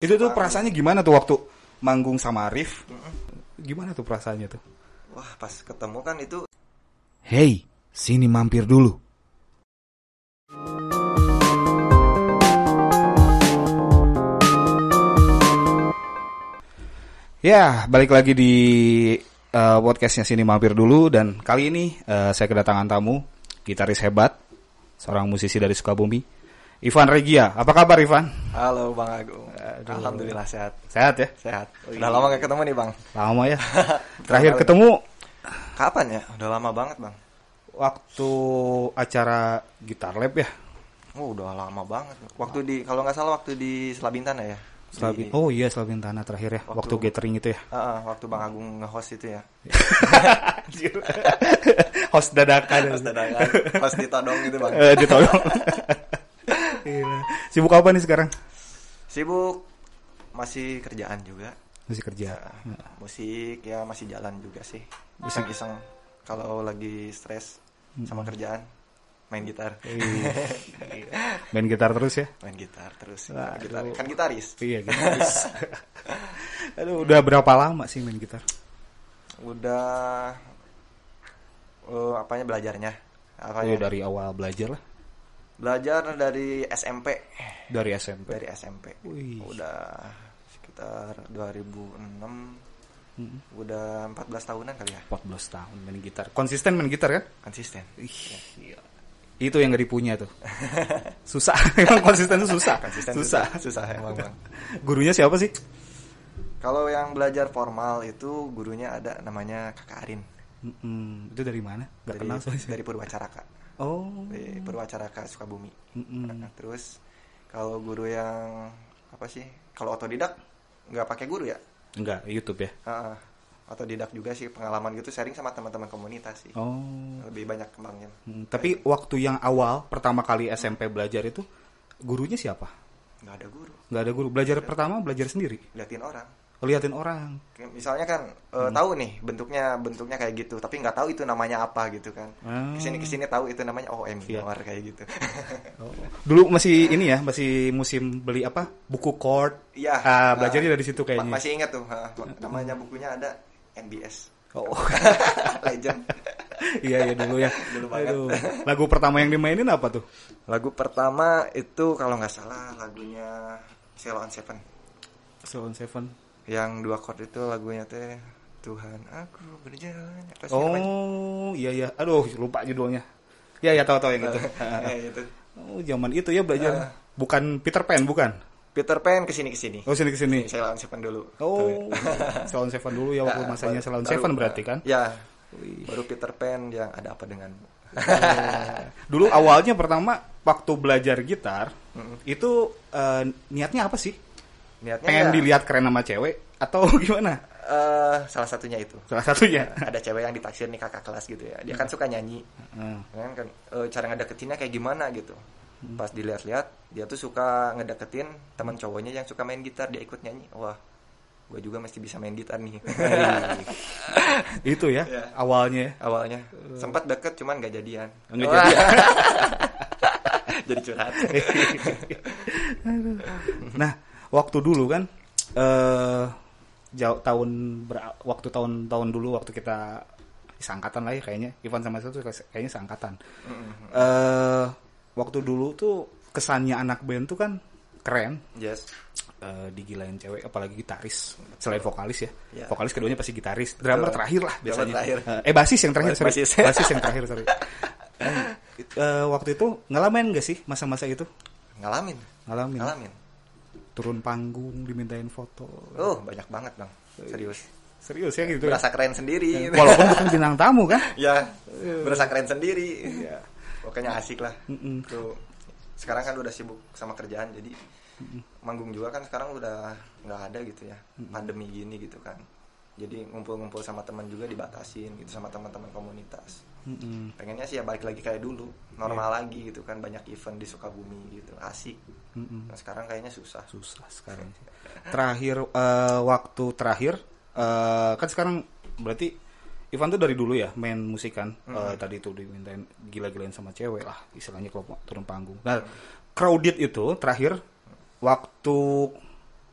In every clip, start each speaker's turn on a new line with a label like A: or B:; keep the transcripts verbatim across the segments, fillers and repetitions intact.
A: Itu tuh perasaannya gimana tuh waktu manggung sama Arif? Mm-hmm. Gimana tuh perasaannya tuh?
B: Wah, pas ketemu kan itu.
A: Hey, sini mampir dulu. Ya, balik lagi di uh, podcastnya Sini Mampir Dulu. Dan kali ini uh, saya kedatangan tamu, gitaris hebat, seorang musisi dari Sukabumi, Ivan Regia. Apa kabar, Ivan?
B: Halo Bang Agung. Aduh. Alhamdulillah sehat.
A: Sehat ya?
B: Sehat. Udah lama gak ketemu nih Bang.
A: Lama ya. Terakhir ketemu
B: kapan ya? Udah lama banget Bang.
A: Waktu acara Gitar Lab ya?
B: Oh, udah lama banget. Waktu di, kalau nggak salah waktu di Selabintana ya.
A: Selabin. Di, oh iya Selabintana terakhir ya. Waktu, waktu gathering itu ya.
B: Uh, uh, waktu Bang Agung nge-host itu ya.
A: Host dadakan.
B: Host dadakan. Host ditodong gitu Bang.
A: Eh, ditodong. Gila. Sibuk apa nih sekarang?
B: Sibuk masih kerjaan juga.
A: Masih kerja.
B: Ya, ya. Musik ya masih jalan juga sih. Iseng-iseng kalau lagi stres hmm. sama kerjaan main gitar.
A: Main gitar terus ya?
B: Main gitar terus. Ya. Gitar. Kan gitaris.
A: Iya, gitaris. Aduh, udah berapa lama sih main gitar?
B: Udah uh, apanya belajarnya? Apanya?
A: Oh, dari awal belajar lah.
B: Belajar dari S M P.
A: Dari S M P.
B: Dari S M P. Wih. Udah sekitar dua ribu enam. Hmm. Udah empat belas tahunan kali ya.
A: empat belas tahun main gitar. Konsisten main gitar kan?
B: Konsisten.
A: Ih, iya. Itu yang gak dipunya tuh. Susah. Emang konsisten itu susah.
B: Konsisten
A: susah.
B: Susah, susah emang Bang.
A: Gurunya siapa sih?
B: Kalau yang belajar formal itu gurunya ada namanya Kakak Arin.
A: Hmm, itu dari mana? Gak
B: dari,
A: kenal soalnya.
B: Dari Purwacaraka.
A: Oh.
B: Di Purwacaraka Sukabumi.
A: Mm-mm.
B: Nah, terus kalau guru yang apa sih? Kalau otodidak nggak pakai guru ya?
A: Enggak, YouTube ya.
B: Uh, otodidak juga sih, pengalaman gitu sharing sama teman-teman komunitas sih.
A: Oh.
B: Lebih banyak kembangnya.
A: Hmm, tapi Kayak. Waktu yang awal pertama kali S M P belajar itu gurunya siapa?
B: Nggak ada guru.
A: Nggak ada guru. Belajar ada. Pertama belajar sendiri.
B: Liatin orang.
A: Liatin orang.
B: Misalnya kan uh, hmm. tahu nih bentuknya bentuknya kayak gitu, tapi nggak tahu itu namanya apa gitu kan. Hmm. Kesini kesini tahu itu namanya O M yeah. kayak gitu. Oh.
A: Dulu masih ini ya, masih musim beli apa buku chord.
B: Iya.
A: Ah, belajarnya uh, dari situ kayaknya.
B: Masih ingat tuh, uh, namanya bukunya ada N B S.
A: Oh.
B: Legend.
A: Iya ya dulu ya.
B: Dulu banget.
A: Aduh. Lagu pertama yang dimainin apa tuh?
B: Lagu pertama itu kalau nggak salah lagunya Ceylon Seven.
A: Ceylon Seven.
B: Yang dua chord itu lagunya teh Tuhan aku berjalan.
A: Oh namanya? Iya ya, aduh lupa judulnya. Ya ya tahu-tahu yang itu.
B: Ya, itu.
A: Oh zaman itu ya belajar. Uh, bukan Peter Pan bukan?
B: Peter Pan kesini kesini.
A: Oh sini kesini.
B: Ceylon Seven dulu.
A: Oh Ceylon Seven dulu ya waktu masanya Ceylon Seven berarti kan?
B: Ya. Wih. Baru Peter Pan yang ada apa dengan.
A: Dulu awalnya pertama waktu belajar gitar mm-hmm. itu uh, niatnya apa sih? Niatnya pengen ya, dilihat keren sama cewek atau gimana?
B: Uh, salah satunya itu.
A: Salah satunya.
B: Ada cewek yang ditaksir nih kakak kelas gitu ya. Dia kan suka nyanyi. Hmm. Kan uh, cara ngedeketinnya kayak gimana gitu. Hmm. Pas dilihat-lihat, dia tuh suka ngedeketin teman cowoknya yang suka main gitar, dia ikut nyanyi. Wah, gue juga mesti bisa main gitar nih.
A: Itu ya, ya. Awalnya.
B: Awalnya. Uh. Sempat deket cuman gak jadian.
A: Enggak jadian.
B: Jadi curhat.
A: Nah, waktu dulu kan eh jauh tahun ber, waktu tahun-tahun dulu waktu kita seangkatan lah ya kayaknya Ivan sama saya tuh kayaknya seangkatan. Mm-hmm. Eh waktu dulu tuh kesannya anak band tuh kan keren.
B: Yes.
A: Eh digilain cewek apalagi gitaris selain vokalis ya.
B: Yeah.
A: Vokalis keduanya pasti gitaris. Drummer terakhir lah biasanya.
B: Terakhir.
A: Eh basis yang terakhir sorry.
B: Basis,
A: basis yang terakhir sorry. eh, eh, waktu itu ngalamin gak sih masa-masa itu?
B: Ngalamin.
A: Ngalamin.
B: Ngalamin.
A: Turun panggung dimintain foto.
B: Oh banyak banget Bang, serius.
A: Serius ya gitu.
B: Berasa ya? Keren sendiri.
A: Ya, walaupun bukan bintang tamu kan?
B: Ya, berasa keren sendiri. Ya. Pokoknya asik lah.
A: Mm-mm.
B: Tuh, sekarang kan udah sibuk sama kerjaan jadi Mm-mm. manggung juga kan sekarang udah nggak ada gitu ya. Mm-mm. Pandemi gini gitu kan. Jadi ngumpul-ngumpul sama teman juga dibatasin gitu sama teman-teman komunitas. Mm-mm. Pengennya sih ya balik lagi kayak dulu, normal yeah. lagi gitu kan, banyak event di Sukabumi gitu, asik. Nah, sekarang kayaknya susah.
A: Susah sekarang. Terakhir uh, waktu terakhir uh, kan sekarang berarti Ivan tuh dari dulu ya main musik kan. Mm-hmm. Uh, tadi tuh dimintain gila-gilain sama cewek lah istilahnya kalau turun panggung. Nah, mm-hmm. crowded itu terakhir waktu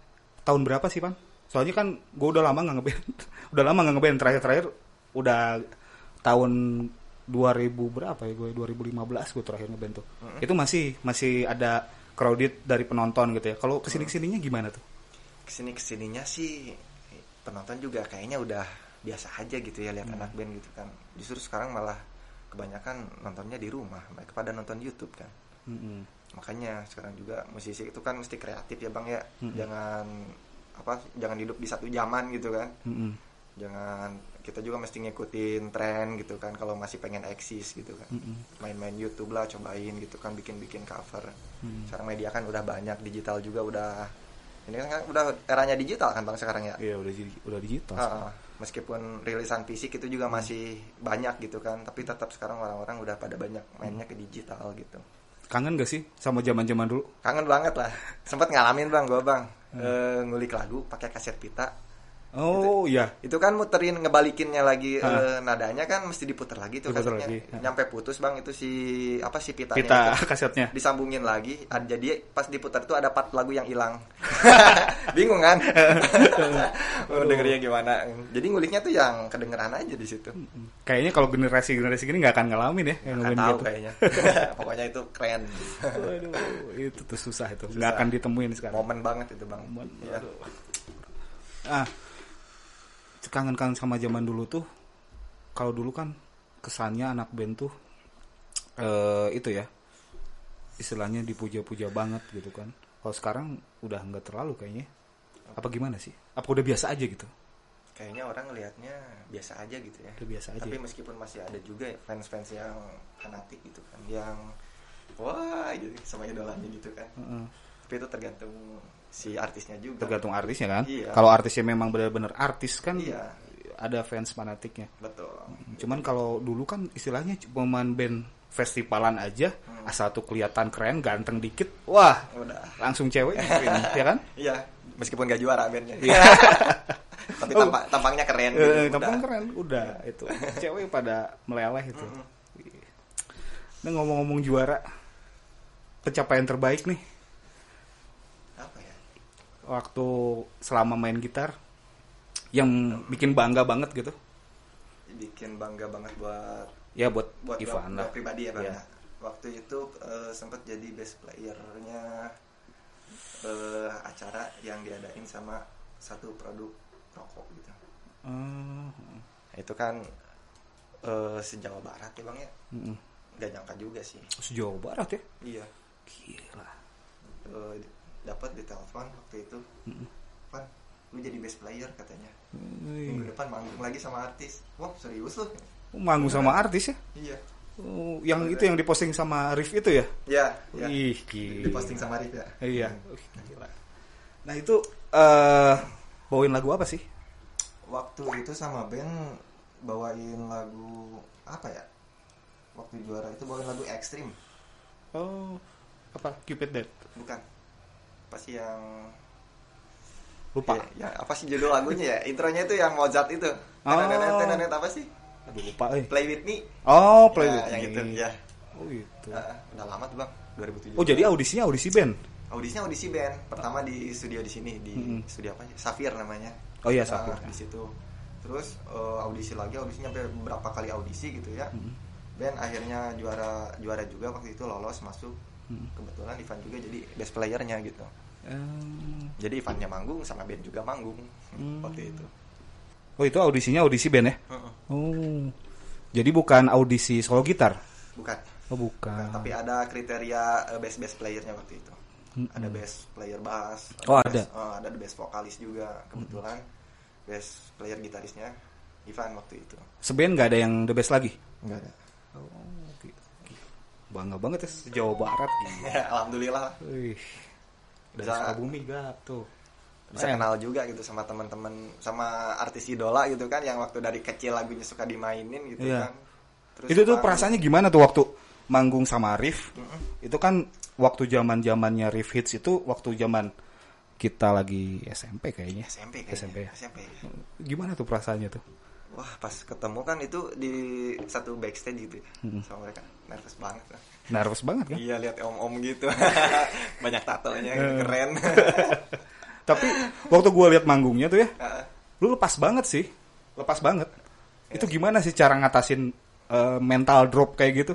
A: tahun berapa sih, Pan? Soalnya kan gue udah lama nggak ngeband. udah lama nggak ngeband. Terakhir-terakhir udah tahun dua ribu berapa ya gue? dua ribu lima belas gue terakhir ngeband tuh. Mm-hmm. Itu masih masih ada crowded dari penonton gitu ya. Kalau kesini-kesininya gimana tuh?
B: Kesini-kesininya sih penonton juga kayaknya udah biasa aja gitu ya lihat hmm. anak band gitu kan. Justru sekarang malah kebanyakan nontonnya di rumah, mereka pada nonton YouTube kan. Hmm. Makanya sekarang juga musisi itu kan mesti kreatif ya Bang ya. Hmm. Jangan apa jangan hidup di satu zaman gitu kan. Hmm. Jangan kita juga mesti ngikutin tren gitu kan kalau masih pengen eksis gitu kan. Hmm. Main-main YouTube lah, cobain gitu kan, bikin-bikin cover. Hmm. Sekarang media kan udah banyak, digital juga udah. Ini kan udah eranya digital kan Bang sekarang ya.
A: Iya, udah udah digital.
B: Uh, meskipun rilisan fisik itu juga masih banyak gitu kan, tapi tetap sekarang orang-orang udah pada banyak mainnya ke digital gitu.
A: Kangen gak sih sama zaman-zaman dulu?
B: Kangen banget lah. Sempat ngalamin Bang, gua Bang. Hmm. E, ngulik lagu pakai kaset pita.
A: Oh
B: itu,
A: iya.
B: Itu kan muterin ngebalikinnya lagi e, nadanya kan mesti diputer lagi tuh diputer kasetnya. Lagi. Nyampe putus Bang itu si apa si pitanya
A: pita
B: itu,
A: kasetnya.
B: Disambungin lagi. Jadi pas diputar tuh ada part lagu yang hilang. Bingung kan? Mau dengernya gimana? Jadi nguliknya tuh yang kedengeran aja di situ.
A: Kayaknya kalau generasi-generasi gini nggak akan ngalamin ya.
B: Nggak tahu gitu. Kayaknya. Pokoknya itu keren.
A: Waduh, itu tuh susah itu. Nggak akan ditemuin sekarang.
B: Momen banget itu Bang. Momen. Ya.
A: Ah, kangen-kangen sama zaman dulu tuh. Kalau dulu kan kesannya anak band tuh uh, itu ya. Istilahnya dipuja-puja banget gitu kan. Kalau sekarang udah nggak terlalu kayaknya. Apa gimana sih? Apa udah biasa aja gitu?
B: Kayaknya orang ngelihatnya biasa aja gitu ya.
A: Udah biasa aja.
B: Tapi meskipun masih ada juga ya fans-fans yang fanatik gitu kan, yang wah gitu sama idolanya gitu kan. Uh-uh. Tapi itu tergantung si artisnya juga.
A: Tergantung artisnya kan.
B: Iya.
A: Kalau artisnya memang benar-benar artis kan.
B: Iya.
A: Ada fans fanatiknya.
B: Betul.
A: Cuman kalau dulu kan istilahnya pemain band festivalan aja, hmm. asal tuh kelihatan keren, ganteng dikit, wah, udah langsung cewek, ya kan?
B: Iya, meskipun gak juara bandnya. Iya. Tapi tampak, oh. tampangnya keren. Gitu,
A: eh, tampang keren, udah itu. Cewek pada meleleh itu. Mm-hmm. Nah ngomong-ngomong juara, pencapaian terbaik nih.
B: Apa ya?
A: Waktu selama main gitar, yang bikin bangga banget gitu.
B: Bikin bangga banget buat
A: ya buat,
B: buat
A: Ivan lah
B: pribadi ya Bang.
A: Ya.
B: Waktu itu uh, sempat jadi best playernya uh, acara yang diadain sama satu produk rokok gitu. Uh. Itu kan uh, se-Jawa Barat ya Bang ya. Uh-uh. Gak nyangka juga sih.
A: Se-Jawa Barat ya?
B: Iya.
A: Gila.
B: Uh, dapat ditelepon waktu itu. Uh-uh. Pan, lu jadi best player katanya. Minggu depan manggung lagi sama artis. Wah serius lu?
A: Manggung sama artis ya?
B: Iya.
A: Oh, yang Bener. Itu yang diposting sama Rif itu ya?
B: Iya. Ya.
A: Ih, gila.
B: Diposting sama Rif ya?
A: Iya. Hmm. Gila. Nah itu uh, bawain lagu apa sih?
B: Waktu itu sama band bawain lagu apa ya? Waktu juara itu bawain lagu Extreme.
A: Oh, apa? Cupid Dead?
B: Bukan. Apa sih yang
A: lupa?
B: Ya, ya apa sih judul lagunya ya? Intronya itu yang Mozart itu. Oh. Tenenet apa sih?
A: Aduh lupa eh.
B: Play With Me.
A: Oh, Play
B: ya,
A: With
B: yang
A: Me.
B: itu ya.
A: Oh itu.
B: Uh, udah lama tuh Bang, dua ribu tujuh belas.
A: Oh, jadi audisinya audisi band.
B: Audisinya audisi band. Pertama di studio di sini di mm-hmm. studio apa? Safir namanya.
A: Oh iya, Safir.
B: Nah, di situ. Terus uh, audisi lagi, audisi nyampe berapa kali audisi gitu ya. Mm-hmm. Band akhirnya juara juara juga waktu itu, lolos masuk. Mm-hmm. Kebetulan Ivan juga jadi best playernya gitu. Um. Jadi Ivannya manggung sama band juga manggung mm. waktu itu.
A: Oh, itu audisinya audisi band ya? Uh-uh. Oh. Jadi bukan audisi solo gitar?
B: Bukan.
A: Oh, bukan. bukan.
B: Tapi ada kriteria uh, best best playernya waktu itu. Mm-hmm. Ada best player bass.
A: Ada oh,
B: best,
A: ada.
B: Uh, ada best vokalis juga. Kebetulan mm-hmm. best player gitarisnya Ivan waktu itu.
A: Seband nggak ada yang the best lagi?
B: Nggak ada.
A: Oh, okay. Bangga banget ya se-Jawa Barat.
B: Alhamdulillah.
A: Wih. Dari Sukabumi gak tuh.
B: Bisa eh. kenal juga gitu sama teman-teman, sama artis idola gitu kan, yang waktu dari kecil lagunya suka dimainin gitu yeah. kan. Terus
A: itu tuh perasaannya gimana tuh waktu manggung sama Rif? Mm-hmm. Itu kan waktu zaman-zamannya Rif Hits itu waktu zaman kita lagi S M P kayaknya.
B: S M P kayaknya. S M P ya. S M P.
A: Gimana tuh perasaannya tuh?
B: Wah, pas ketemu kan itu di satu backstage gitu ya. Mm-hmm. Sama mereka nervous banget lah.
A: Nervous banget kan?
B: Iya, lihat om-om gitu. Banyak tatonya, keren.
A: Tapi waktu gue lihat manggungnya tuh ya,
B: Uh,
A: lu lepas banget sih, lepas banget.
B: Ya.
A: Itu gimana sih cara ngatasin uh, mental drop kayak gitu?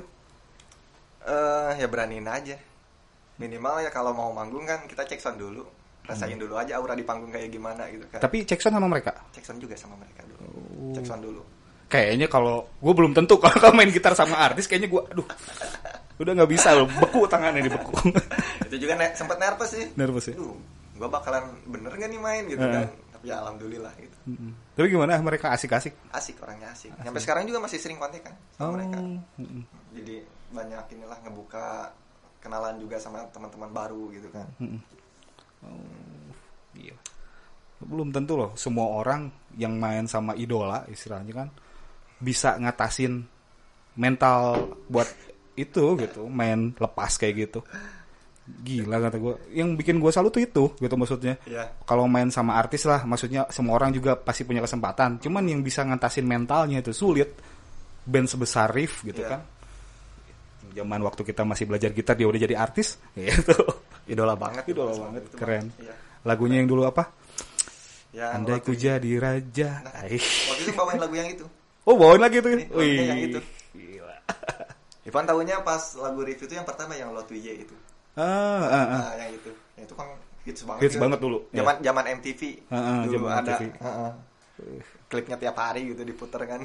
B: uh, ya beraniin aja. Minimal ya kalau mau manggung kan kita cek sound dulu, rasain dulu aja aura di panggung kayak gimana gitu kan.
A: Tapi cek sound sama mereka?
B: Cek sound juga sama mereka dulu.
A: Oh.
B: Cek sound dulu.
A: Kayaknya kalau gue belum tentu kalau main gitar sama artis, kayaknya gue, aduh, udah nggak bisa loh, beku tangannya di beku.
B: Itu juga ne- sempet nervous sih.
A: Nervous ya?
B: Duh, gue bakalan bener gak nih main gitu
A: Uh.
B: kan. Tapi ya alhamdulillah gitu.
A: Mm-mm. Tapi gimana mereka asik-asik?
B: Asik, orangnya asik. Sampai sekarang juga masih sering kontak kan sama
A: Oh.
B: mereka.
A: Mm-mm.
B: Jadi banyak inilah ngebuka kenalan juga sama teman-teman baru gitu kan.
A: Mm-mm. Oh, iya. Belum tentu loh semua orang yang main sama idola istilahnya kan bisa ngatasin mental buat itu gitu, main lepas kayak gitu. Gila kata gue. Yang bikin gue salut tuh itu gitu maksudnya.
B: Iya.
A: Kalau main sama artis lah, maksudnya semua orang juga pasti punya kesempatan. Cuman yang bisa ngatasin mentalnya itu sulit. Band sebesar Riff gitu
B: Iya.
A: kan. Zaman waktu kita masih belajar gitar dia udah jadi artis gitu.
B: Idola banget.
A: Idola
B: itu,
A: banget,
B: itu
A: keren.
B: banget. Iya.
A: Lagunya yang dulu apa?
B: Ya,
A: Andai ku
B: waktu,
A: jadi raja.
B: nah,
A: Aih.
B: waktu itu bawain lagu yang itu.
A: Oh, bawain lagi itu kan?
B: Ini, lagunya yang
A: Wih.
B: itu.
A: Gila.
B: Ivan tahunya pas lagu Riff itu yang pertama yang Lo Tu Ye itu.
A: Ah, ah, ah.
B: Nah, yang itu. Yang itu kan hits banget.
A: Hits
B: kan.
A: banget dulu.
B: Zaman zaman M T V.
A: Ah, ah,
B: dulu
A: zaman
B: ada
A: M T V.
B: uh-uh. klipnya tiap hari gitu diputer kan.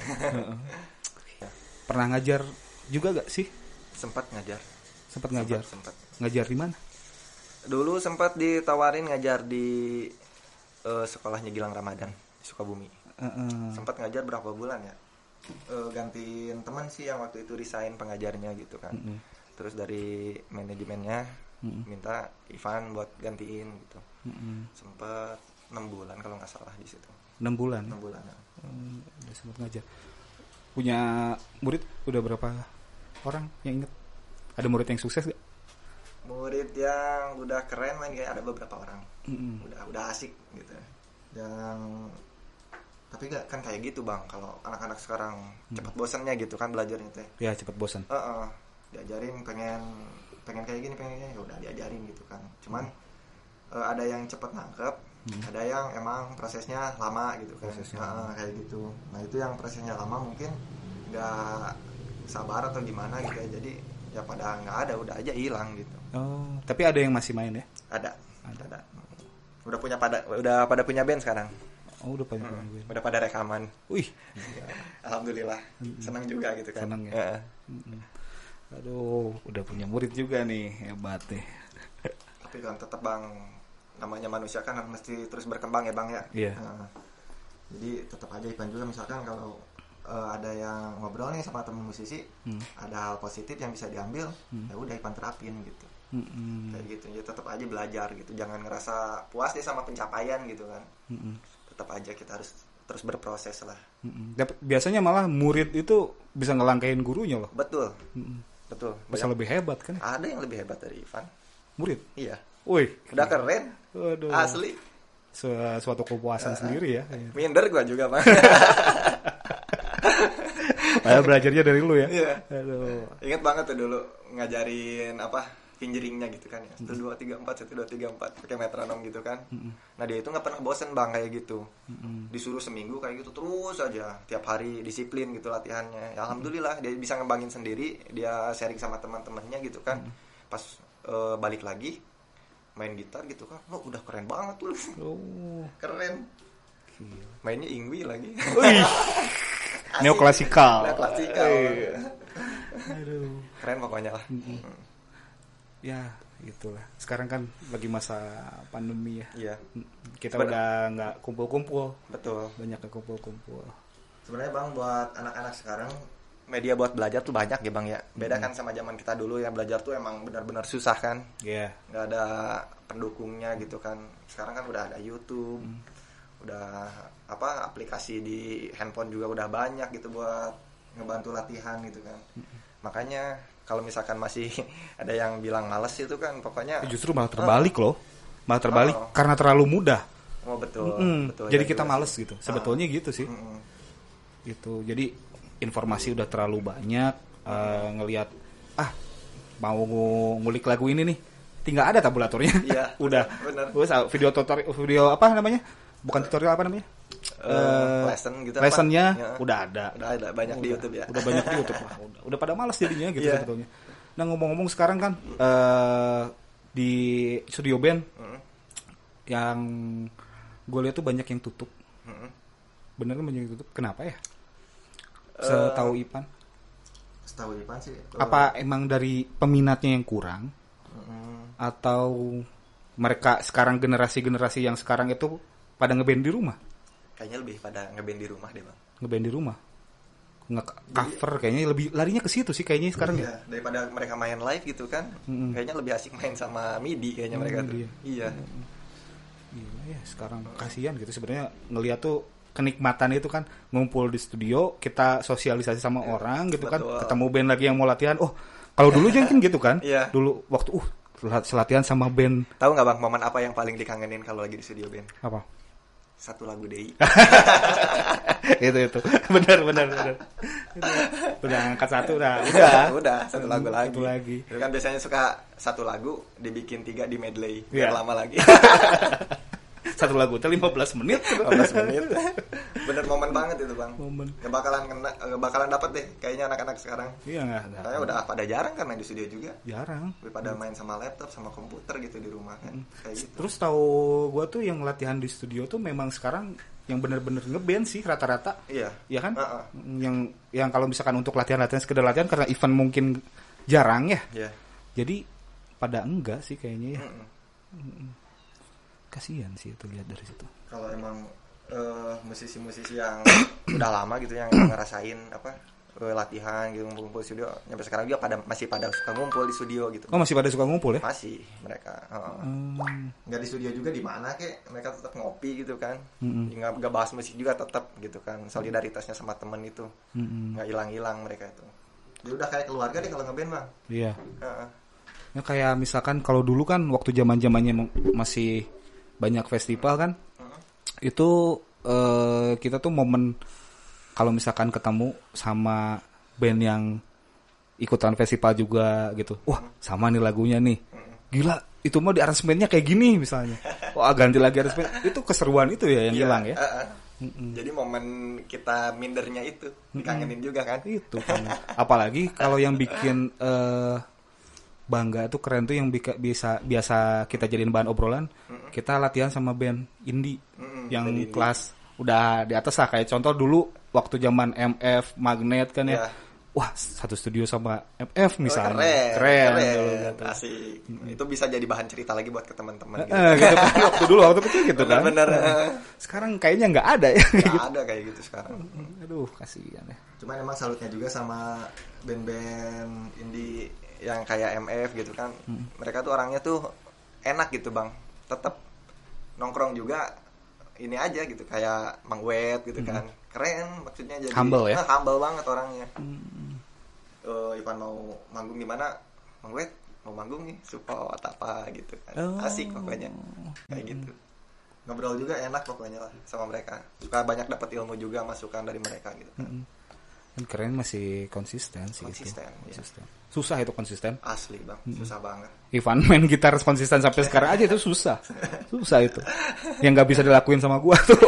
A: Pernah ngajar juga gak sih?
B: Sempat ngajar.
A: Sempat ngajar.
B: Sempat.
A: Ngajar di mana?
B: Dulu sempat ditawarin ngajar di eh, sekolahnya Gilang Ramadan di Sukabumi.
A: Uh-uh.
B: Sempat ngajar berapa bulan ya? Eh, gantiin teman sih yang waktu itu resign pengajarnya gitu kan.
A: Mm-mm.
B: Terus dari manajemennya
A: Mm-mm.
B: minta Ivan buat gantiin gitu.
A: Mm-mm.
B: Sempat enam bulan kalau nggak salah di situ.
A: enam bulan.
B: enam bulan. Ya.
A: Hmm, udah sempat ngajar. Punya murid udah berapa orang yang inget? Ada murid yang sukses gak?
B: Murid yang udah keren main kayak ada beberapa orang.
A: Mm-mm.
B: Udah udah asik gitu. Yang tapi gak kan kayak gitu bang, kalau anak-anak sekarang cepat bosannya gitu kan belajarnya teh.
A: Ya cepet bosan.
B: Heeh. Diajarin pengen pengen kayak gini pengen kayak gini, ya udah diajarin gitu kan. Cuman eh, ada yang cepat nangkep, hmm. ada yang emang prosesnya lama gitu kan.
A: Prosesnya
B: Nah, kayak gitu. Nah itu yang prosesnya lama mungkin nggak sabar atau gimana gitu ya. Jadi ya pada nggak ada, udah aja hilang gitu.
A: Oh, tapi ada yang masih main ya?
B: Ada, ada, ada. Udah punya pada, udah pada punya band sekarang.
A: Oh, udah punya
B: Hmm,
A: band.
B: udah pada rekaman.
A: Wih,
B: Alhamdulillah, senang juga gitu kan.
A: senang ya.
B: Heeh.
A: Mm-mm. Aduh, udah punya murid juga nih, hebat nih.
B: Tapi kan tetap bang, namanya manusia kan mesti terus berkembang ya bang ya.
A: Iya.
B: Nah, jadi tetap aja Ivan juga misalkan kalau uh, ada yang ngobrol nih sama temen musisi,
A: Hmm.
B: ada hal positif yang bisa diambil,
A: Hmm.
B: ya udah Ivan terapin gitu.
A: Mm-mm.
B: Kayak gitu, ya tetap aja belajar gitu. Jangan ngerasa puas deh sama pencapaian gitu kan.
A: Mm-mm.
B: Tetap aja kita harus terus berproses lah.
A: Mm-mm. Dap- Biasanya malah murid itu bisa ngelangkain gurunya loh.
B: Betul,
A: Mm-mm.
B: betul.
A: Bisa
B: Banyak-
A: lebih hebat kan?
B: Ada yang lebih hebat dari Ivan.
A: Murid.
B: Iya.
A: Wih,
B: Udah keren.
A: waduh.
B: Asli.
A: Su- suatu kepuasan sendiri ya.
B: Minder gua juga bang.
A: Padahal belajarnya dari lu ya.
B: Iya.
A: Aduh.
B: Ingat banget tuh dulu ngajarin apa fingeringnya gitu kan ya. Satu dua tiga empat satu dua tiga empat pakai metronom gitu kan. Nah dia itu nggak pernah bosen bang kayak gitu. Disuruh seminggu kayak gitu terus aja tiap hari disiplin gitu latihannya. Ya, alhamdulillah dia bisa ngembangin sendiri. Dia sharing sama teman-temannya gitu kan. Pas eh, balik lagi main gitar gitu kan. Lo udah keren banget tuh.
A: Oh.
B: Keren.
A: Gila.
B: Mainnya Ingwi lagi.
A: Wih. Neoklasikal.
B: Neoklasikal.
A: Iya. Aduh.
B: Keren pokoknya lah.
A: Ya, gitulah. Sekarang kan lagi masa pandemi ya.
B: Iya.
A: Kita
B: Sebenar-
A: udah nggak kumpul-kumpul.
B: Betul.
A: Banyak yang kumpul-kumpul.
B: Sebenarnya bang buat anak-anak sekarang media buat belajar tuh banyak ya bang ya. Beda kan sama zaman kita dulu yang belajar tuh emang benar-benar susah kan.
A: Iya.
B: Nggak ada pendukungnya gitu kan. Sekarang kan udah ada YouTube, udah apa aplikasi di handphone juga udah banyak gitu buat ngebantu latihan gitu kan. Makanya kalau misalkan masih ada yang bilang males itu kan pokoknya
A: Eh, Justru malah terbalik loh. Malah terbalik
B: Oh.
A: karena terlalu mudah.
B: oh betul,
A: Mm-mm.
B: betul.
A: Jadi
B: ya
A: kita
B: juga
A: males
B: sih.
A: gitu. Sebetulnya gitu sih.
B: Mm-mm.
A: Gitu. Jadi informasi udah terlalu banyak. eh, ngelihat ah mau ngulik lagu ini nih tinggal ada tabulatornya.
B: Iya.
A: Udah.
B: Bener.
A: Terus video tutorial, video apa namanya? Bukan tutorial apa namanya?
B: Uh, lesson gitu.
A: Lessonnya
B: ya.
A: udah ada.
B: Udah ada banyak
A: udah,
B: di YouTube ya.
A: Udah banyak di YouTube lah. Udah, udah pada malas jadinya gitu
B: yeah.
A: sebetulnya. Nah ngomong-ngomong sekarang kan uh, di studio band mm-hmm. yang gue lihat tuh banyak yang tutup. Mm-hmm. Bener kan banyak yang tutup. Kenapa ya? Setahu uh, Ipan.
B: Setahu Ipan sih. Uh,
A: Apa emang dari peminatnya yang kurang? Mm-hmm. Atau mereka sekarang generasi-generasi yang sekarang itu pada ngeband di rumah?
B: Kayaknya lebih pada ngeband di rumah deh bang.
A: Ngeband di rumah, nge-cover kayaknya lebih larinya ke situ sih kayaknya sekarang
B: iya, ya. Daripada mereka main live gitu kan, mm-hmm. kayaknya lebih asik main sama MIDI kayaknya mm, mereka tuh. Iya. Iya.
A: Gila ya sekarang kasihan gitu sebenarnya ngelihat tuh kenikmatan itu kan ngumpul di studio kita sosialisasi sama ya, orang gitu betul. Kan ketemu band lagi yang mau latihan. Oh kalau dulu mungkin gitu kan?
B: Iya.
A: Dulu waktu uh latihan sama band.
B: Tahu nggak bang momen apa yang paling dikangenin kalau lagi di studio band?
A: Apa?
B: Satu lagu D I.
A: itu itu benar benar benar. Udah angkat satu udah udah
B: udah satu lagu lagi.
A: Satu lagi.
B: Itu kan biasanya suka satu lagu dibikin tiga di medley biar yeah. lama lagi.
A: Satu lagu itu lima belas menit.
B: lima belas menit. Bener momen banget itu bang.
A: Momen.
B: Gak bakalan kena, gak bakalan dapet deh kayaknya anak-anak sekarang.
A: Iya nggak.
B: Kayaknya udah pada jarang kan main di studio juga.
A: Jarang.
B: Pada main sama laptop sama komputer gitu di rumah kan.
A: Hmm.
B: Kayak gitu.
A: Terus tahu gue tuh yang latihan di studio tuh memang sekarang yang bener-bener ngeband sih rata-rata.
B: Iya.
A: Iya kan?
B: Uh-uh.
A: Yang yang kalau misalkan untuk latihan-latihan sekedar latihan karena event mungkin jarang ya.
B: Iya.
A: Jadi pada enggak sih kayaknya ya.
B: Mm-mm.
A: Kasihan sih itu lihat dari situ.
B: Kalau emang uh, musisi-musisi yang udah lama gitu yang ngerasain apa uh, latihan gitu ngumpul-ngumpul di studio sampai sekarang juga pada masih pada suka ngumpul di studio gitu.
A: Oh masih pada suka ngumpul ya?
B: Masih mereka. Uh,
A: hmm.
B: Nggak di studio juga di mana kek mereka tetap ngopi gitu kan.
A: Mm-hmm.
B: Nggak nggak bahas musik juga tetap gitu kan solidaritasnya sama temen itu
A: mm-hmm.
B: nggak hilang-hilang mereka itu. Jadi udah kayak keluarga deh kalau ngeband bang.
A: Iya.
B: Uh-uh.
A: Ya kayak misalkan kalau dulu kan waktu zaman-zamannya masih banyak festival kan, uh-huh. itu uh, kita tuh momen kalau misalkan ketemu sama band yang ikutan festival juga gitu, wah sama nih lagunya nih, gila itu mau di aransemennya kayak gini misalnya, wah ganti lagi aransemen, itu keseruan itu ya yang hilang ya.
B: Uh-uh. Jadi momen kita mindernya itu dikangenin juga kan?
A: Itu kan, apalagi kalau yang bikin uh, bangga tuh keren tuh yang bika, bisa biasa kita jadiin bahan obrolan. Mm-mm. Kita latihan sama band indie Mm-mm, yang band kelas indie. Udah di atas lah kayak contoh dulu waktu zaman M F Magnet kan ya. Yeah. Wah, satu studio sama M F misalnya.
B: Oh, keren.
A: Keren.
B: keren.
A: Dulu, gitu.
B: Asik. Mm-hmm. Itu bisa jadi bahan cerita lagi buat ke teman-teman gitu.
A: Eh, gitu kan waktu dulu waktu kecil gitu kan.
B: Bener.
A: Sekarang kayaknya nggak ada ya.
B: Nggak gitu. Ada kayak gitu sekarang.
A: Aduh, kasihan ya.
B: Cuma emang salutnya juga sama band-band indie yang kayak M F gitu kan. Hmm. Mereka tuh orangnya tuh enak gitu bang. Tetap nongkrong juga ini aja gitu kayak Mang Wet gitu hmm. kan. Keren maksudnya jadi
A: humble ya.
B: Nah, humble banget orangnya.
A: Hmm.
B: Uh, Ivan mau manggung di mana? Mang Wet mau manggung nih support apa gitu kan.
A: Oh.
B: Asik pokoknya. Kayak hmm. gitu. Ngobrol juga enak pokoknya lah sama mereka. Suka banyak dapat ilmu juga masukan dari mereka gitu kan.
A: Hmm. Keren masih konsisten sih
B: konsisten,
A: itu. Konsisten.
B: Ya.
A: Susah itu konsisten.
B: Asli bang, mm-hmm. susah banget.
A: Ivan main gitar konsisten sampai sekarang aja itu susah. Susah itu. Yang nggak bisa dilakuin sama gua tuh.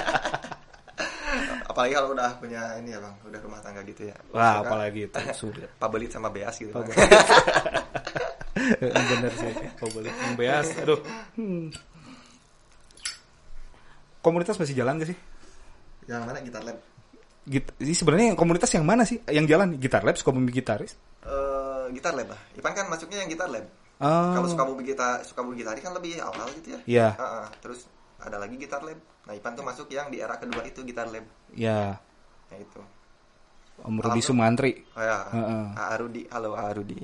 B: Apalagi kalau udah punya ini ya bang, udah rumah tangga gitu ya.
A: Wah, apalagi itu sulit.
B: Pabelit sama beas gitu.
A: Bener sih, pabelit sama beas. Aduh. Hmm. Komunitas masih jalan gak sih?
B: Yang mana Gitar Lab?
A: Git- sebenarnya komunitas yang mana sih yang jalan? Gitar Lab, Sukabumi Gitaris?
B: Uh, Gitar Lab lah. Ipan kan masuknya yang Gitar Lab.
A: Oh.
B: Kalau Sukabumi Gitar, Sukabumi Gitaris kan lebih awal gitu ya.
A: Iya. Yeah.
B: Uh-uh. Terus ada lagi Gitar Lab. Nah Ipan tuh masuk yang di era kedua itu Gitar Lab.
A: Iya.
B: Yeah. Ya itu.
A: Om Rudi Sumantri.
B: Oh ya.
A: Uh-uh.
B: A Rudi, halo A Rudi.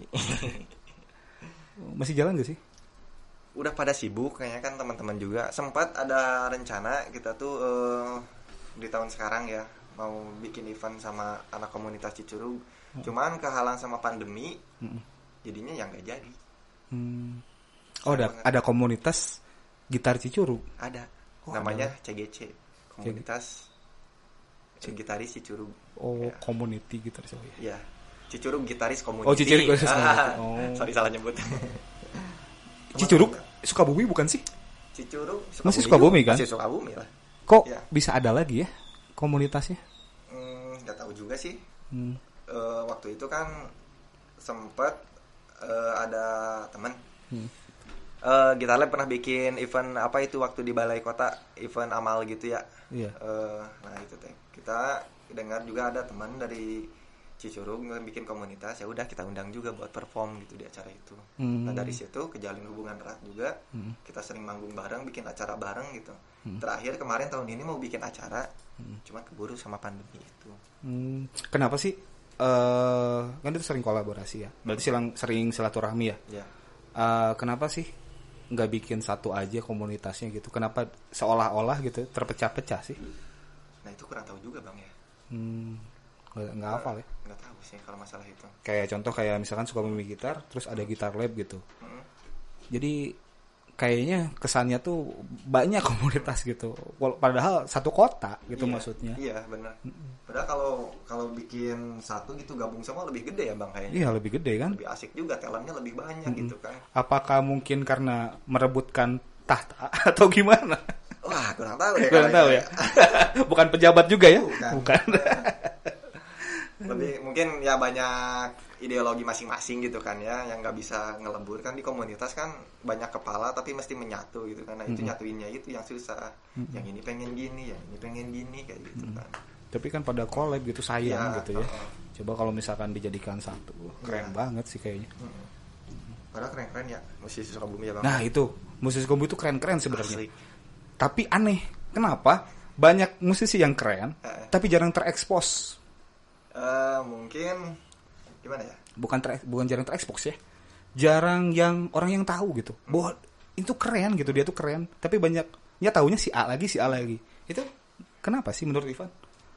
A: Masih jalan gak sih?
B: Udah pada sibuk kayaknya kan teman-teman juga. Sempat ada rencana kita tuh uh, di tahun sekarang ya mau bikin event sama anak komunitas Cicurug, hmm. cuman kehalang sama pandemi, hmm. jadinya yang nggak jadi.
A: Hmm. Oh, ada banget. Ada komunitas gitar Cicurug.
B: Ada, oh, namanya ada. C G C, komunitas C- Gitaris Cicurug.
A: Oh, ya. Community gitaris. Oh,
B: ya. Ya, Cicurug Gitaris Community.
A: Oh, Cicurug Gitaris
B: Community.
A: Oh.
B: Sorry salah nyebut.
A: Cicurug Sukabumi bukan sih?
B: Cicurug Sukabumi
A: masih Sukabumi
B: juga,
A: kan?
B: Masih Sukabumi lah.
A: Kok
B: ya.
A: bisa ada lagi ya komunitasnya?
B: Hmm, nggak tahu juga sih.
A: Hmm.
B: Uh, waktu itu kan sempet uh, ada teman. Hmm. Uh, Gitar Lab pernah bikin event apa itu waktu di Balai Kota, event amal gitu ya.
A: Iya.
B: Uh, nah itu teh kita dengar juga ada teman dari Cicurug bikin komunitas, ya udah kita undang juga buat perform gitu di acara itu. Hmm. Nah dari situ kejalin hubungan erat juga. Hmm. Kita sering manggung bareng, bikin acara bareng gitu. Hmm. Terakhir kemarin tahun ini mau bikin acara, hmm. cuma keburu sama pandemi itu.
A: Hmm. Kenapa sih? Uh, kan itu sering kolaborasi ya. Berarti silang, sering silaturahmi ya.
B: Yeah.
A: Uh, kenapa sih nggak bikin satu aja komunitasnya gitu? Kenapa seolah-olah gitu terpecah-pecah sih?
B: Nah itu kurang tahu juga bang ya.
A: Hmm. Nggak hafal ya?
B: Nggak tahu sih kalau masalah itu.
A: Kayak contoh kayak misalkan Sukabumi Gitar, terus ada Gitar Lab gitu. Hmm. Jadi kayaknya kesannya tuh banyak komunitas gitu. Padahal satu kota gitu
B: iya,
A: maksudnya.
B: Iya benar. Padahal kalau kalau bikin satu gitu gabung semua lebih gede ya bang kayaknya.
A: Iya lebih gede kan.
B: Lebih asik juga, talentnya lebih banyak hmm. gitu kan.
A: Apakah mungkin karena merebutkan tahta atau gimana?
B: Wah kurang tahu deh.
A: Kurang tahu ya. Bukan pejabat juga ya?
B: Bukan.
A: Bukan.
B: Lebih mungkin ya banyak ideologi masing-masing gitu kan ya yang nggak bisa ngelebur kan di komunitas kan banyak kepala tapi mesti menyatu gitu kan. Nah itu mm-hmm. nyatuinnya itu yang susah. Mm-hmm. Yang ini pengen gini, yang ini pengen gini kayak gitu mm-hmm. kan.
A: Tapi kan pada collab gitu sayang ya, gitu ya.
B: Uh-uh.
A: Coba kalau misalkan dijadikan satu, keren ya. Banget sih kayaknya.
B: Mm-hmm. Padahal keren-keren ya musisi Sukabumi ya bang.
A: Nah itu musisi Sukabumi itu keren-keren sebenarnya. Tapi aneh, kenapa banyak musisi yang keren uh-uh. tapi jarang terekspos?
B: Uh, mungkin gimana ya?
A: Bukan ter, bukan jarang terekspos ya. Jarang yang orang yang tahu gitu. Hmm. Bahwa itu keren gitu, dia tuh keren. Tapi banyak ya taunya si A lagi, si A lagi. Itu kenapa sih menurut Ivan?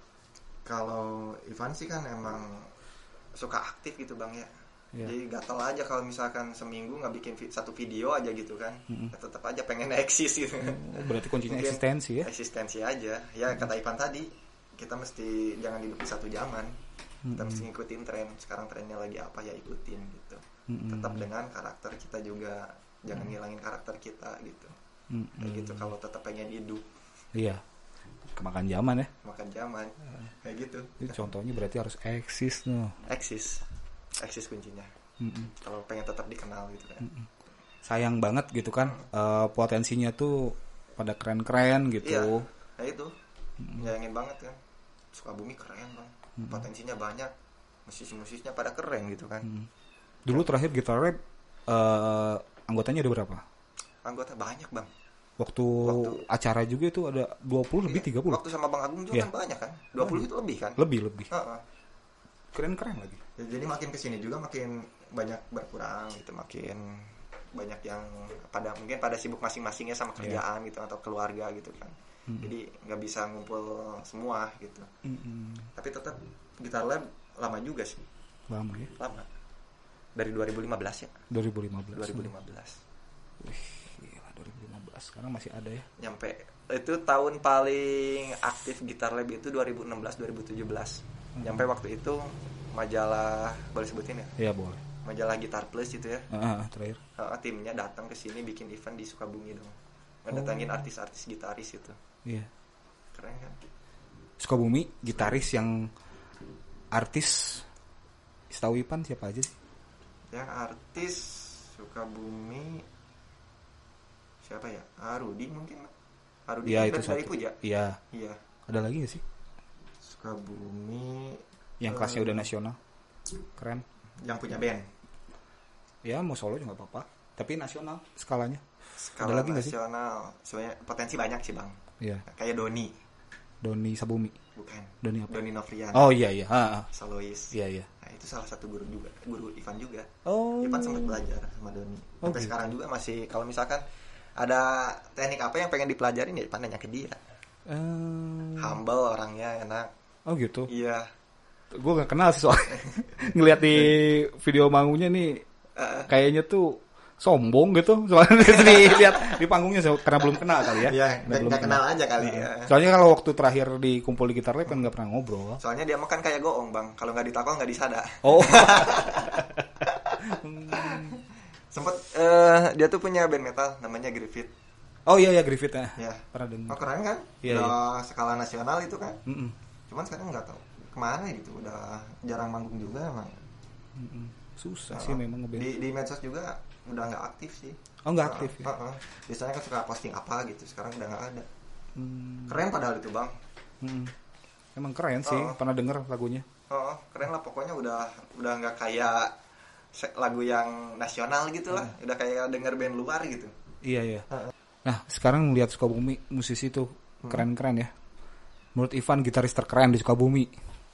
B: Kalau Ivan sih kan emang suka aktif gitu bang ya. Yeah. Jadi gatel aja kalau misalkan seminggu nggak bikin vi- satu video aja gitu kan. Mm-hmm. Ya tetap aja pengen eksis gitu.
A: Oh, berarti kuncinya eksistensi ya?
B: Eksistensi aja. Ya mm-hmm. kata Ivan tadi, kita mesti jangan hidup di satu zaman. Kita mm-hmm. mesti ngikutin tren. Sekarang trennya lagi apa ya ikutin gitu. Mm-hmm. Tetap dengan karakter kita juga, jangan mm-hmm. ngilangin karakter kita gitu. Mm-hmm. Kayak gitu kalau tetap pengen hidup.
A: Iya. Kemakan zaman ya.
B: Makan zaman. Uh, kayak gitu.
A: Itu contohnya berarti harus eksis no.
B: Eksis. Eksis kuncinya. Mm-hmm. Kalau pengen tetap dikenal gitu kan. Mm-hmm. Sayang
A: banget gitu kan. Mm-hmm. Uh, potensinya tuh pada keren-keren gitu.
B: Iya. Nah itu. Mm-hmm. Nyayangin banget kan. Sukabumi keren bang. Hmm. Potensinya banyak, musisi-musisinya pada keren gitu kan. Hmm.
A: Dulu terakhir Gitar Lab uh, anggotanya ada berapa?
B: Anggota banyak bang.
A: Waktu, waktu acara juga itu ada dua puluh lebih, tiga puluh.
B: Waktu sama Bang Agung juga yeah. kan banyak kan, dua puluh itu lebih kan?
A: Lebih lebih.
B: Uh-uh.
A: Keren-keren lagi.
B: Ya, jadi makin kesini juga makin banyak berkurang gitu, makin banyak yang pada mungkin pada sibuk masing-masingnya sama kerjaan yeah. gitu atau keluarga gitu kan. Hmm. Jadi nggak bisa ngumpul semua gitu. Hmm. Tapi tetap Gitar Lab lama juga sih.
A: Lama ya?
B: Lama. Dari dua ribu lima belas ya?
A: dua ribu lima belas.
B: dua ribu lima belas.
A: Wih, gila dua ribu lima belas. Sekarang masih ada ya?
B: Nyampe. Itu tahun paling aktif Gitar Lab itu dua ribu enam belas dua ribu tujuh belas. Hmm. Nyampe waktu itu majalah, boleh sebutin ya?
A: Iya, boleh.
B: Majalah Gitar Plus itu ya.
A: Uh, terakhir.
B: Uh, timnya datang ke sini bikin event di Sukabumi dong. Ngedatangin oh. artis-artis gitaris itu.
A: Iya.
B: Keren kan?
A: Sukabumi gitaris yang artis setahu Ipan siapa aja sih?
B: Yang artis Sukabumi siapa ya? Arudi mungkin. Arudi
A: ya, itu
B: dari Puja.
A: Iya.
B: Iya.
A: Ada lagi gak sih?
B: Sukabumi
A: yang kelasnya uh, udah nasional. Keren.
B: Yang punya band.
A: Ya mau solo juga gak apa-apa. Tapi nasional skalanya.
B: Skala ada lagi nasional. Sebenarnya potensi banyak sih bang.
A: Iya.
B: Kayak Doni.
A: Doni Sabumi.
B: Bukan.
A: Doni apa?
B: Doni Novrian.
A: Oh iya iya. Ha, ha.
B: Solois.
A: Iya iya.
B: Nah itu salah satu guru juga, guru Ivan juga.
A: Oh.
B: Ivan sempat belajar sama Doni. Sampai okay. sekarang juga masih kalau misalkan ada teknik apa yang pengen dipelajarin ya Ivan nanya ke dia. Um... Humble orangnya, enak.
A: Oh gitu.
B: Iya.
A: Gue gak kenal sih soalnya. Ngeliat di video manggungnya nih uh, kayaknya tuh sombong gitu. Soalnya dilihat di panggungnya karena belum kenal kali ya.
B: Iya, gak kenal aja kali ya.
A: Soalnya kalau waktu terakhir dikumpul di Gitar Lab kan gak pernah ngobrol.
B: Soalnya dia makan kayak goong bang. Kalau gak ditakol gak disada.
A: Oh.
B: Sempet uh, dia tuh punya band metal namanya Griffith.
A: Oh iya ya Griffith ya.
B: Ya.
A: Pernah dengar.
B: Oh keren kan?
A: Iya,
B: Udah iya. Skala nasional itu kan.
A: Mm-mm.
B: Cuman sekarang nggak tahu kemana gitu. Udah jarang manggung juga emang.
A: Mm-mm. Susah
B: uh,
A: sih memang ngeband.
B: Di, di medsos juga udah nggak aktif sih.
A: Oh nggak aktif
B: uh,
A: ya?
B: uh, uh. Biasanya kan suka posting apa gitu. Sekarang udah nggak ada.
A: Hmm.
B: Keren padahal itu bang.
A: Hmm. Emang keren sih.
B: Uh,
A: Pernah denger lagunya?
B: Oh keren lah pokoknya udah udah nggak kayak lagu yang nasional gitu lah. Uh. Udah kayak denger band luar gitu.
A: Iya iya.
B: Uh, uh.
A: Nah sekarang lihat Sukabumi musisi tuh keren-keren ya. Menurut Ivan gitaris terkeren di Sukabumi.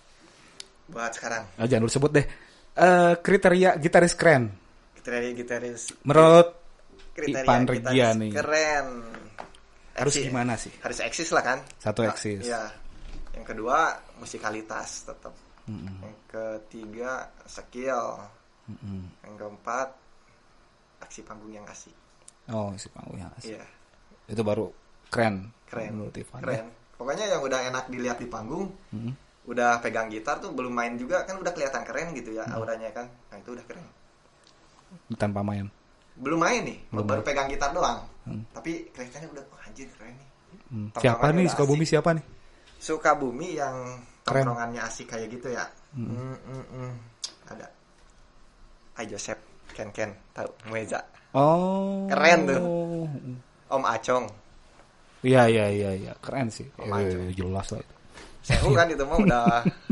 B: Buat sekarang.
A: Nah, jangan lu sebut deh. Uh, kriteria gitaris keren.
B: Kriteria gitaris.
A: Menurut
B: kriteria
A: Ivan Regia nih.
B: Keren.
A: Harus
B: eksis,
A: gimana sih?
B: Harus eksis lah kan.
A: Satu eksis.
B: Nah, ya. Yang kedua musikalitas tetap.
A: Mm-mm.
B: Yang ketiga skill.
A: Mm-mm.
B: Yang keempat aksi panggung yang asik.
A: Oh, si panggung yang asik.
B: Iya.
A: Itu baru keren.
B: Keren.
A: Menurut Ivan.
B: Keren. Ya? Pokoknya yang udah enak dilihat di panggung,
A: mm-hmm.
B: udah pegang gitar tuh belum main juga kan udah kelihatan keren gitu ya mm. auranya kan. Nah itu udah keren.
A: Tanpa main.
B: Belum main nih, belum baru
A: main.
B: pegang gitar doang.
A: Hmm.
B: Tapi kelihatannya udah oh, anjir keren nih.
A: Hmm. Siapa nih Sukabumi asik. Siapa nih?
B: Sukabumi yang tongkrongannya asik kayak gitu ya.
A: Hmm.
B: Mm, mm, mm. Ada Ai Joseph, Ken Ken, tahu Mueza.
A: Oh.
B: Keren tuh. Om Acong.
A: Iya iya iya iya, keren sih.
B: Om Acong.
A: Eh, jelas lah itu.
B: Sehu kan itu mah udah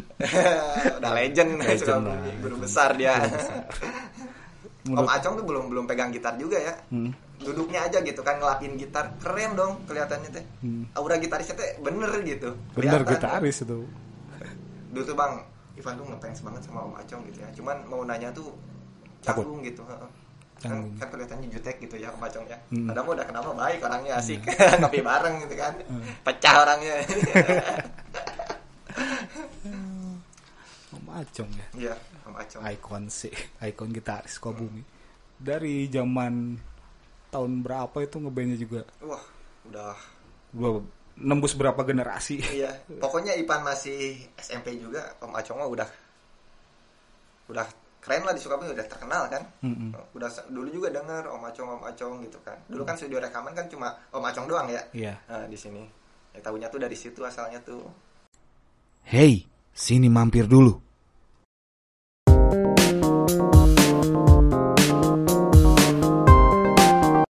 B: udah legend, legend Sukabumi, guru besar dia. Menurut... Om Acong tuh belum belum pegang gitar juga ya. Hmm. Duduknya aja gitu kan ngelapin gitar. Keren dong kelihatannya teh. Hmm. Aura gitarisnya teh bener gitu.
A: Bener gitaris itu.
B: Dulu tuh Bang, Ivan tuh ngefans banget sama Om Acong gitu ya. Cuman mau nanya tuh canggung gitu, kan, kan kelihatannya jutek gitu ya Om Acong ya. Hmm. Padahal udah kenapa baik orangnya asik, hmm. ngopi bareng gitu kan. Hmm. Pecah orangnya.
A: Om Acong ya.
B: Iya, Om Acong.
A: Ikon sih, ikon gitaris Sukabumi. Dari zaman tahun berapa itu ngebandnya juga?
B: Wah, udah
A: udah nembus berapa generasi.
B: Iya, pokoknya Ipan masih S M P juga, Om Acong udah udah keren lah di Sukabumi, udah terkenal kan. Mm-hmm. Udah dulu juga dengar Om Acong Om Acong gitu kan. Dulu kan studio rekaman kan cuma Om Acong doang ya.
A: Iya.
B: Nah, di sini. Ya tahunya tuh dari situ asalnya tuh.
C: Hey, sini mampir dulu.